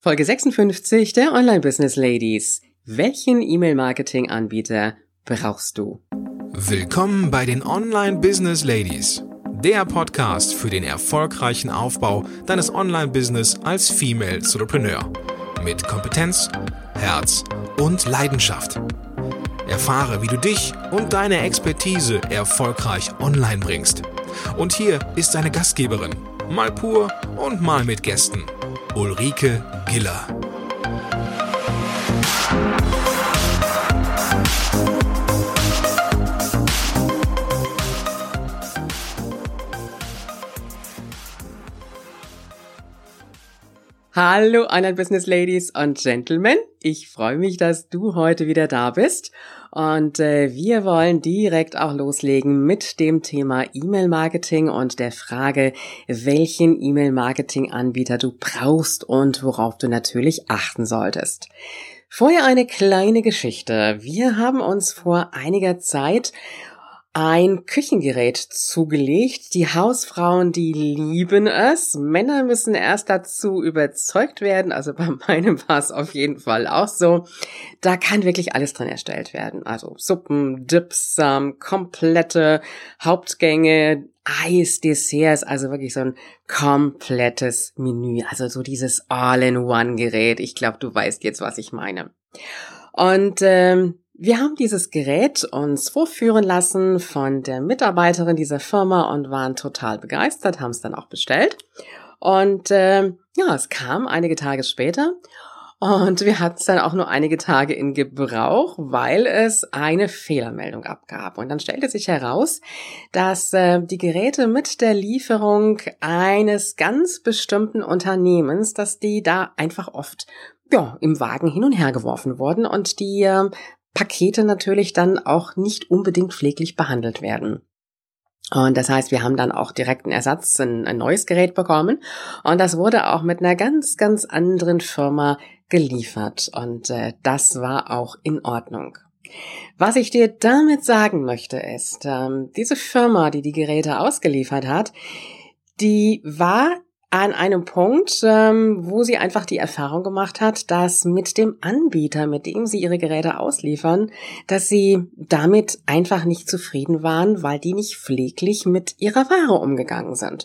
Folge 56 der Online-Business Ladies. Welchen E-Mail-Marketing-Anbieter brauchst du? Willkommen bei den Online-Business Ladies, der Podcast für den erfolgreichen Aufbau deines Online-Business als Female Entrepreneur. Mit Kompetenz, Herz und Leidenschaft. Erfahre, wie du dich und deine Expertise erfolgreich online bringst. Und hier ist deine Gastgeberin, mal pur und mal mit Gästen, Ulrike Giller. Hallo Online-Business Ladies und Gentlemen. Ich freue mich, dass du heute wieder da bist. Und wir wollen direkt auch loslegen mit dem Thema E-Mail-Marketing und der Frage, welchen E-Mail-Marketing-Anbieter du brauchst und worauf du natürlich achten solltest. Vorher eine kleine Geschichte. Wir haben uns vor einiger Zeit ein Küchengerät zugelegt. Die Hausfrauen, die lieben es. Männer müssen erst dazu überzeugt werden. Also bei meinem war es auf jeden Fall auch so. Da kann wirklich alles drin erstellt werden. Also Suppen, Dips, komplette Hauptgänge, Eis, Desserts, also wirklich so ein komplettes Menü. Also so dieses All-in-One-Gerät. Ich glaube, du weißt jetzt, was ich meine. Und wir haben dieses Gerät uns vorführen lassen von der Mitarbeiterin dieser Firma und waren total begeistert, haben es dann auch bestellt. Und es kam einige Tage später und wir hatten es dann auch nur einige Tage in Gebrauch, weil es eine Fehlermeldung abgab. Und dann stellte sich heraus, dass die Geräte mit der Lieferung eines ganz bestimmten Unternehmens, dass die da einfach oft im Wagen hin und her geworfen wurden und die Pakete natürlich dann auch nicht unbedingt pfleglich behandelt werden. Und das heißt, wir haben dann auch direkt einen Ersatz, ein neues Gerät bekommen. Und das wurde auch mit einer ganz, ganz anderen Firma geliefert. Und das war auch in Ordnung. Was ich dir damit sagen möchte ist, diese Firma, die die Geräte ausgeliefert hat, die war an einem Punkt, wo sie einfach die Erfahrung gemacht hat, dass mit dem Anbieter, mit dem sie ihre Geräte ausliefern, dass sie damit einfach nicht zufrieden waren, weil die nicht pfleglich mit ihrer Ware umgegangen sind.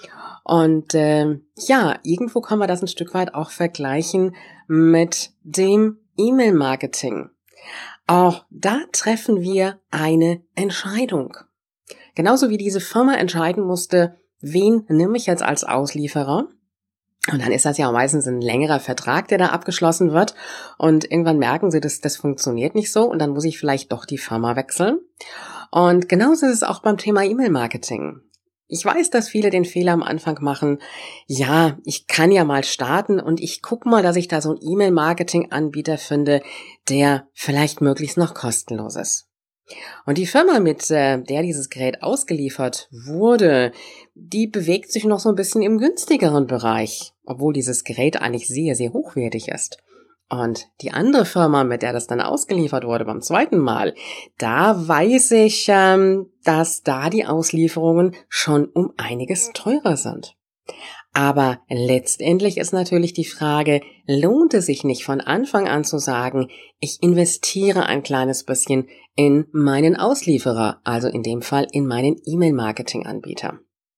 Und irgendwo kann man das ein Stück weit auch vergleichen mit dem E-Mail-Marketing. Auch da treffen wir eine Entscheidung. Genauso wie diese Firma entscheiden musste, wen nehme ich jetzt als Auslieferer? Und dann ist das ja meistens ein längerer Vertrag, der da abgeschlossen wird. Und irgendwann merken sie, dass das funktioniert nicht so. Und dann muss ich vielleicht doch die Firma wechseln. Und genauso ist es auch beim Thema E-Mail-Marketing. Ich weiß, dass viele den Fehler am Anfang machen. Ja, ich kann ja mal starten und ich gucke mal, dass ich da so einen E-Mail-Marketing-Anbieter finde, der vielleicht möglichst noch kostenlos ist. Und die Firma, mit der dieses Gerät ausgeliefert wurde, die bewegt sich noch so ein bisschen im günstigeren Bereich, obwohl dieses Gerät eigentlich sehr, sehr hochwertig ist. Und die andere Firma, mit der das dann ausgeliefert wurde beim zweiten Mal, da weiß ich, dass da die Auslieferungen schon um einiges teurer sind. Aber letztendlich ist natürlich die Frage, lohnt es sich nicht von Anfang an zu sagen, ich investiere ein kleines bisschen in meinen Auslieferer, also in dem Fall in meinen E-Mail-Marketing-Anbieter.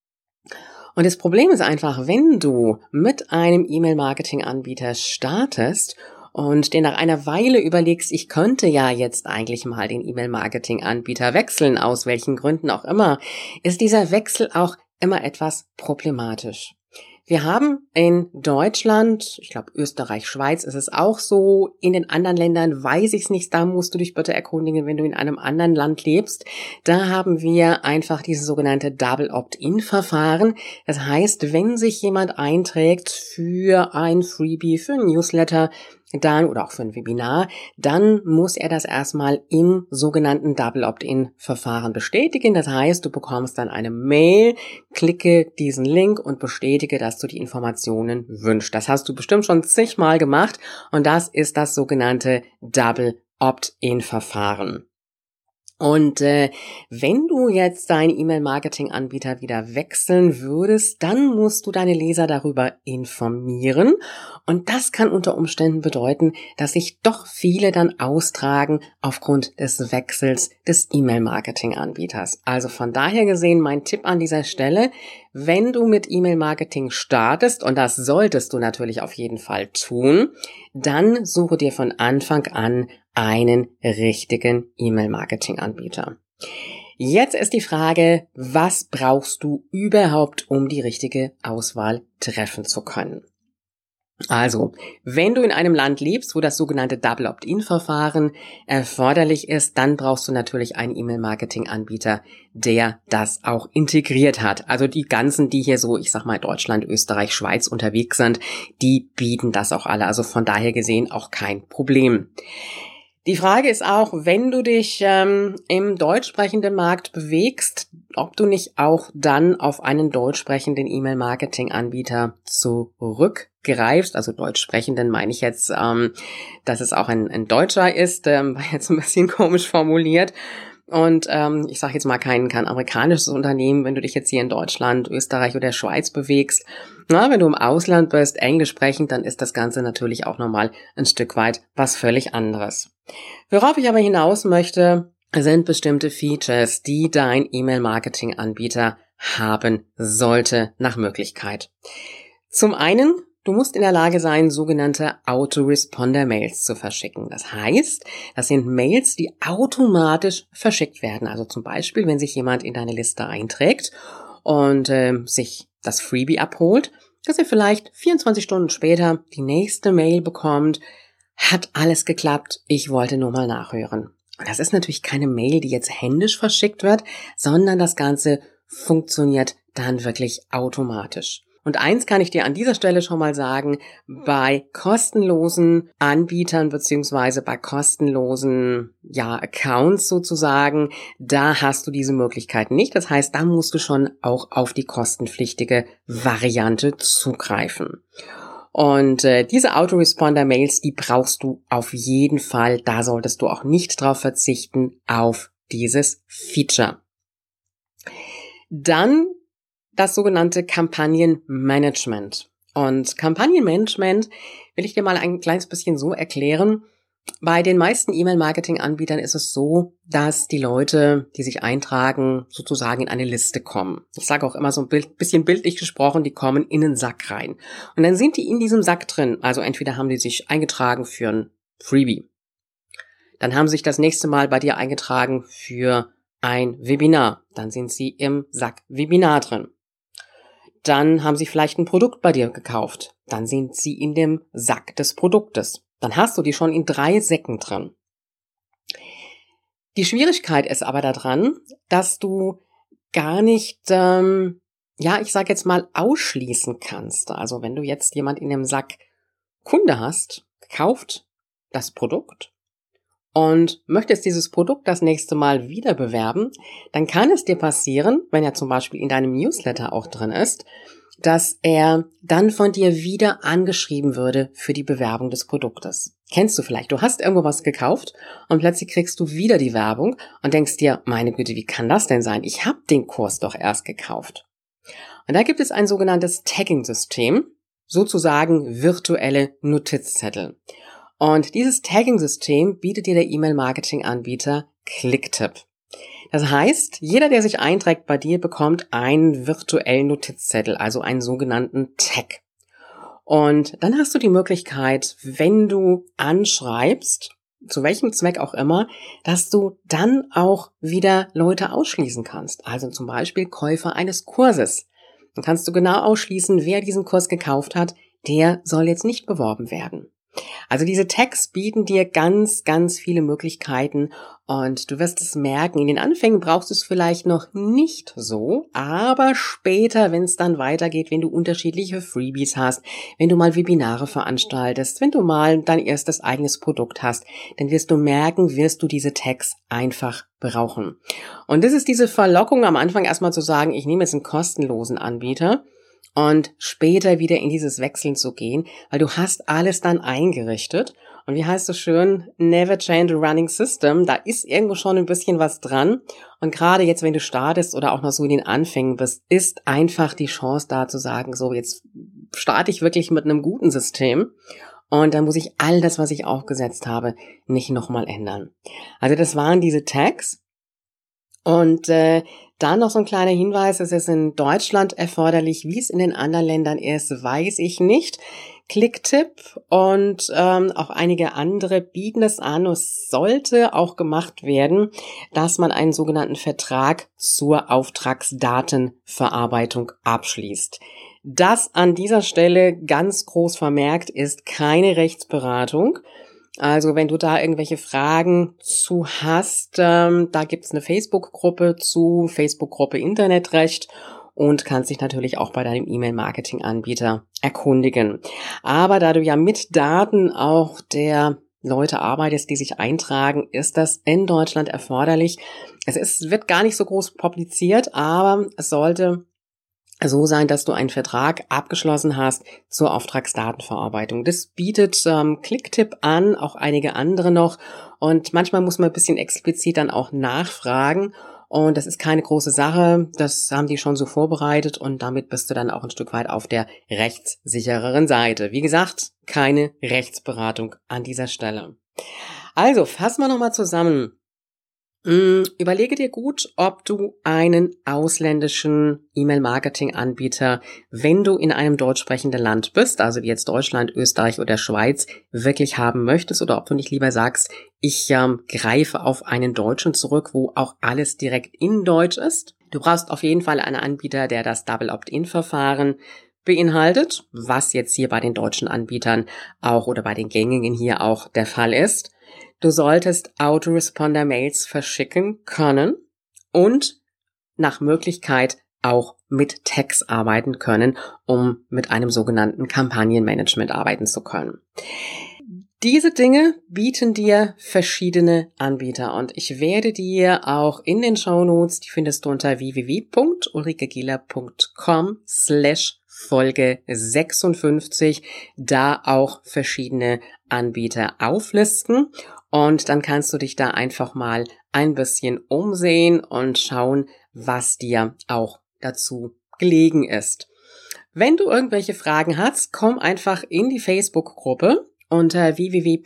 Und das Problem ist einfach, wenn du mit einem E-Mail-Marketing-Anbieter startest und dir nach einer Weile überlegst, ich könnte ja jetzt eigentlich mal den E-Mail-Marketing-Anbieter wechseln, aus welchen Gründen auch immer, ist dieser Wechsel auch immer etwas problematisch. Wir haben in Deutschland, ich glaube Österreich, Schweiz ist es auch so, in den anderen Ländern weiß ich es nicht, da musst du dich bitte erkundigen, wenn du in einem anderen Land lebst. Da haben wir einfach dieses sogenannte Double Opt-in-Verfahren. Das heißt, wenn sich jemand einträgt für ein Freebie, für ein Newsletter, dann oder auch für ein Webinar, dann muss er das erstmal im sogenannten Double Opt-in-Verfahren bestätigen. Das heißt, du bekommst dann eine Mail, klicke diesen Link und bestätige, dass du die Informationen wünschst. Das hast du bestimmt schon zigmal gemacht und das ist das sogenannte Double Opt-in-Verfahren. Und wenn du jetzt deinen E-Mail-Marketing-Anbieter wieder wechseln würdest, dann musst du deine Leser darüber informieren. Und das kann unter Umständen bedeuten, dass sich doch viele dann austragen aufgrund des Wechsels des E-Mail-Marketing-Anbieters. Also von daher gesehen mein Tipp an dieser Stelle, wenn du mit E-Mail-Marketing startest, und das solltest du natürlich auf jeden Fall tun, dann suche dir von Anfang an einen richtigen E-Mail-Marketing-Anbieter. Jetzt ist die Frage, was brauchst du überhaupt, um die richtige Auswahl treffen zu können? Also, wenn du in einem Land lebst, wo das sogenannte Double Opt-in-Verfahren erforderlich ist, dann brauchst du natürlich einen E-Mail-Marketing-Anbieter, der das auch integriert hat. Also die ganzen, die hier so, ich sag mal, Deutschland, Österreich, Schweiz unterwegs sind, die bieten das auch alle. Also von daher gesehen auch kein Problem. Die Frage ist auch, wenn du dich im deutsch sprechenden Markt bewegst, ob du nicht auch dann auf einen deutsch sprechenden E-Mail-Marketing-Anbieter zurückgreifst. Also deutsch sprechenden meine ich jetzt, dass es auch ein Deutscher ist, war jetzt ein bisschen komisch formuliert. Und ich sage jetzt mal kein amerikanisches Unternehmen, wenn du dich jetzt hier in Deutschland, Österreich oder Schweiz bewegst. Na, wenn du im Ausland bist, Englisch sprechend, dann ist das Ganze natürlich auch nochmal ein Stück weit was völlig anderes. Worauf ich aber hinaus möchte, sind bestimmte Features, die dein E-Mail-Marketing-Anbieter haben sollte nach Möglichkeit. Zum einen, du musst in der Lage sein, sogenannte Autoresponder-Mails zu verschicken. Das heißt, das sind Mails, die automatisch verschickt werden. Also zum Beispiel, wenn sich jemand in deine Liste einträgt und sich das Freebie abholt, dass er vielleicht 24 Stunden später die nächste Mail bekommt, hat alles geklappt, ich wollte nur mal nachhören. Und das ist natürlich keine Mail, die jetzt händisch verschickt wird, sondern das Ganze funktioniert dann wirklich automatisch. Und eins kann ich dir an dieser Stelle schon mal sagen, bei kostenlosen Anbietern beziehungsweise bei kostenlosen Accounts sozusagen, da hast du diese Möglichkeit nicht. Das heißt, da musst du schon auch auf die kostenpflichtige Variante zugreifen. Und diese Autoresponder-Mails, die brauchst du auf jeden Fall. Da solltest du auch nicht drauf verzichten, auf dieses Feature. Dann das sogenannte Kampagnenmanagement. Und Kampagnenmanagement will ich dir mal ein kleines bisschen so erklären. Bei den meisten E-Mail-Marketing-Anbietern ist es so, dass die Leute, die sich eintragen, sozusagen in eine Liste kommen. Ich sage auch immer so ein bisschen bildlich gesprochen, die kommen in einen Sack rein. Und dann sind die in diesem Sack drin. Also entweder haben die sich eingetragen für ein Freebie. Dann haben sie sich das nächste Mal bei dir eingetragen für ein Webinar. Dann sind sie im Sack Webinar drin. Dann haben sie vielleicht ein Produkt bei dir gekauft. Dann sind sie in dem Sack des Produktes. Dann hast du die schon in 3 Säcken drin. Die Schwierigkeit ist aber daran, dass du gar nicht, ich sage jetzt mal, ausschließen kannst. Also wenn du jetzt jemand in dem Sack Kunde hast, gekauft das Produkt und möchtest dieses Produkt das nächste Mal wieder bewerben, dann kann es dir passieren, wenn er zum Beispiel in deinem Newsletter auch drin ist, dass er dann von dir wieder angeschrieben würde für die Bewerbung des Produktes. Kennst du vielleicht, du hast irgendwo was gekauft und plötzlich kriegst du wieder die Werbung und denkst dir, meine Güte, wie kann das denn sein? Ich habe den Kurs doch erst gekauft. Und da gibt es ein sogenanntes Tagging-System, sozusagen virtuelle Notizzettel. Und dieses Tagging-System bietet dir der E-Mail-Marketing-Anbieter Clicktip. Das heißt, jeder, der sich einträgt bei dir, bekommt einen virtuellen Notizzettel, also einen sogenannten Tag. Und dann hast du die Möglichkeit, wenn du anschreibst, zu welchem Zweck auch immer, dass du dann auch wieder Leute ausschließen kannst. Also zum Beispiel Käufer eines Kurses. Dann kannst du genau ausschließen, wer diesen Kurs gekauft hat, der soll jetzt nicht beworben werden. Also diese Tags bieten dir ganz, ganz viele Möglichkeiten und du wirst es merken, in den Anfängen brauchst du es vielleicht noch nicht so, aber später, wenn es dann weitergeht, wenn du unterschiedliche Freebies hast, wenn du mal Webinare veranstaltest, wenn du mal dein erstes eigenes Produkt hast, dann wirst du merken, wirst du diese Tags einfach brauchen. Und das ist diese Verlockung am Anfang erstmal zu sagen, ich nehme jetzt einen kostenlosen Anbieter, und später wieder in dieses Wechseln zu gehen, weil du hast alles dann eingerichtet Und wie heißt es schön? Never change a running system. Da ist irgendwo schon ein bisschen was dran. Und gerade jetzt, wenn du startest oder auch noch so in den Anfängen bist, ist einfach die Chance da zu sagen, so jetzt starte ich wirklich mit einem guten System. Und dann muss ich all das, was ich aufgesetzt habe, nicht nochmal ändern. Also das waren diese Tags. Und dann noch so ein kleiner Hinweis, es ist in Deutschland erforderlich, wie es in den anderen Ländern ist, weiß ich nicht. Clicktip und auch einige andere bieten es an. Es sollte auch gemacht werden, dass man einen sogenannten Vertrag zur Auftragsdatenverarbeitung abschließt. Das an dieser Stelle ganz groß vermerkt ist keine Rechtsberatung. Also wenn du da irgendwelche Fragen zu hast, da gibt's eine Facebook-Gruppe zu, Facebook-Gruppe Internetrecht und kannst dich natürlich auch bei deinem E-Mail-Marketing-Anbieter erkundigen. Aber da du ja mit Daten auch der Leute arbeitest, die sich eintragen, ist das in Deutschland erforderlich. Wird gar nicht so groß publiziert, aber es sollte so sein, dass du einen Vertrag abgeschlossen hast zur Auftragsdatenverarbeitung. Das bietet Clicktip an, auch einige andere noch. Und manchmal muss man ein bisschen explizit dann auch nachfragen. Und das ist keine große Sache. Das haben die schon so vorbereitet. Und damit bist du dann auch ein Stück weit auf der rechtssichereren Seite. Wie gesagt, keine Rechtsberatung an dieser Stelle. Also, fassen wir nochmal zusammen. Überlege dir gut, ob du einen ausländischen E-Mail-Marketing-Anbieter, wenn du in einem deutsch sprechenden Land bist, also wie jetzt Deutschland, Österreich oder Schweiz, wirklich haben möchtest oder ob du nicht lieber sagst, ich greife auf einen Deutschen zurück, wo auch alles direkt in Deutsch ist. Du brauchst auf jeden Fall einen Anbieter, der das Double Opt-in-Verfahren beinhaltet, was jetzt hier bei den deutschen Anbietern auch oder bei den gängigen hier auch der Fall ist. Du solltest Autoresponder-Mails verschicken können und nach Möglichkeit auch mit Tags arbeiten können, um mit einem sogenannten Kampagnenmanagement arbeiten zu können. Diese Dinge bieten dir verschiedene Anbieter und ich werde dir auch in den Shownotes, die findest du unter www.ulrikegieler.com/Folge 56, da auch verschiedene Anbieter auflisten. Und dann kannst du dich da einfach mal ein bisschen umsehen und schauen, was dir auch dazu gelegen ist. Wenn du irgendwelche Fragen hast, komm einfach in die Facebook-Gruppe unter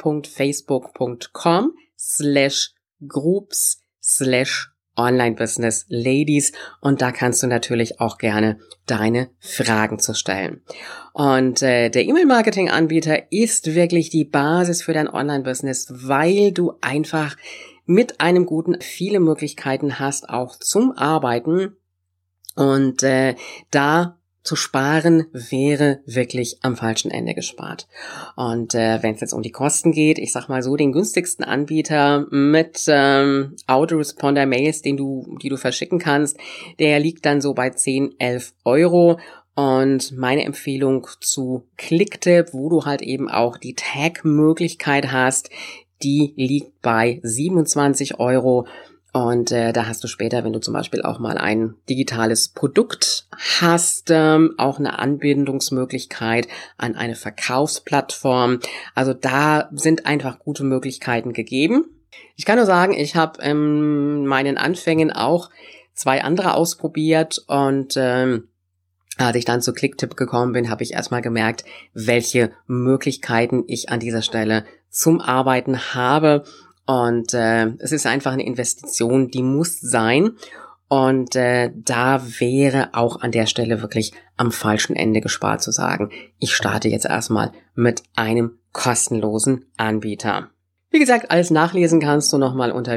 www.facebook.com/groups/Online-Business-Ladies und da kannst du natürlich auch gerne deine Fragen zu stellen. Und der E-Mail-Marketing-Anbieter ist wirklich die Basis für dein Online-Business, weil du einfach mit einem guten viele Möglichkeiten hast, auch zum Arbeiten und da zu sparen wäre wirklich am falschen Ende gespart. Und wenn es jetzt um die Kosten geht, ich sag mal so, den günstigsten Anbieter mit Autoresponder-Mails, die du verschicken kannst, der liegt dann so bei 10, 11 Euro. Und meine Empfehlung zu Clicktip, wo du halt eben auch die Tag-Möglichkeit hast, die liegt bei 27 Euro. Und da hast du später, wenn du zum Beispiel auch mal ein digitales Produkt hast, auch eine Anbindungsmöglichkeit an eine Verkaufsplattform. Also da sind einfach gute Möglichkeiten gegeben. Ich kann nur sagen, ich habe in meinen Anfängen auch 2 andere ausprobiert und als ich dann zu Clicktip gekommen bin, habe ich erstmal gemerkt, welche Möglichkeiten ich an dieser Stelle zum Arbeiten habe. Und es ist einfach eine Investition, die muss sein. Und da wäre auch an der Stelle wirklich am falschen Ende gespart zu sagen, ich starte jetzt erstmal mit einem kostenlosen Anbieter. Wie gesagt, alles nachlesen kannst du nochmal unter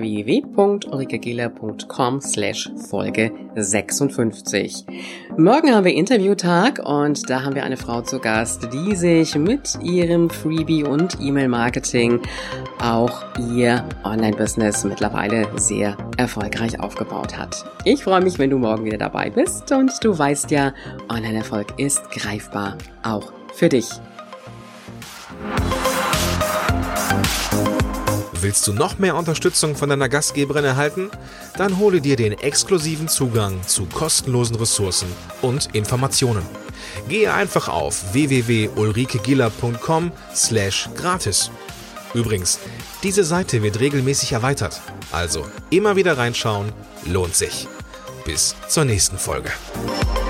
www.ulrikegieler.com/Folge 56. Morgen haben wir Interviewtag und da haben wir eine Frau zu Gast, die sich mit ihrem Freebie und E-Mail-Marketing auch ihr Online-Business mittlerweile sehr erfolgreich aufgebaut hat. Ich freue mich, wenn du morgen wieder dabei bist und du weißt ja, Online-Erfolg ist greifbar, auch für dich. Willst du noch mehr Unterstützung von deiner Gastgeberin erhalten? Dann hole dir den exklusiven Zugang zu kostenlosen Ressourcen und Informationen. Gehe einfach auf www.ulrikegieler.com/gratis. Übrigens, diese Seite wird regelmäßig erweitert, also immer wieder reinschauen, lohnt sich. Bis zur nächsten Folge.